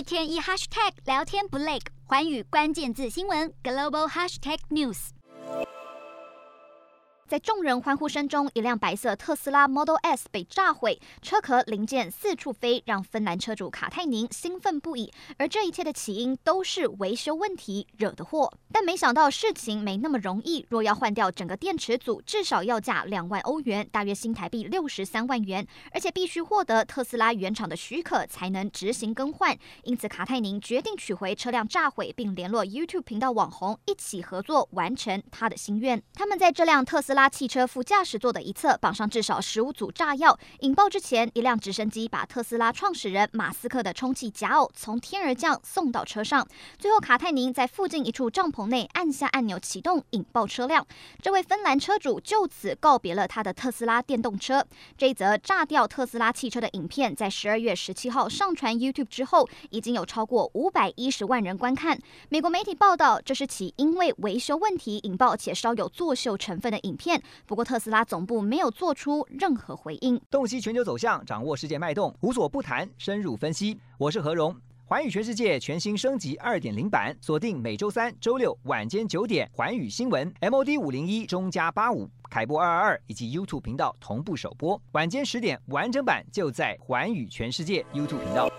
天一 hashtag 聊天不累，寰宇关键字新闻 global hashtag news。在众人欢呼声中，一辆白色特斯拉 Model S 被炸毁，车壳零件四处飞，让芬兰车主卡泰宁兴奋不已。而这一切的起因都是维修问题惹的祸。但没想到事情没那么容易，若要换掉整个电池组，至少要价2万欧元，大约新台币63万元，而且必须获得特斯拉原厂的许可才能执行更换。因此，卡泰宁决定取回车辆炸毁，并联络 YouTube 频道网红一起合作完成他的心愿。他们在这辆特斯拉汽车副驾驶座的一侧绑上至少15组炸药。引爆之前，一辆直升机把特斯拉创始人马斯克的充气夹偶从天而降送到车上。最后，卡泰宁在附近一处帐篷内按下按钮启动，引爆车辆。这位芬兰车主就此告别了他的特斯拉电动车。这一则炸掉特斯拉汽车的影片在12月17号上传 YouTube 之后，已经有超过510万人观看。美国媒体报道，这是起因为维修问题引爆且稍有作秀成分的影片。不过，特斯拉总部没有做出任何回应。 洞悉全球走向，掌握世界脉动，无所不谈，深入分析。我是何荣。寰宇全世界全新升级2.0版，锁定每周3、周6晚间9点，寰宇新闻 MOD 501中加85凯播222以及 YouTube 频道同步首播，晚间10点完整版就在寰宇全世界 YouTube 频道。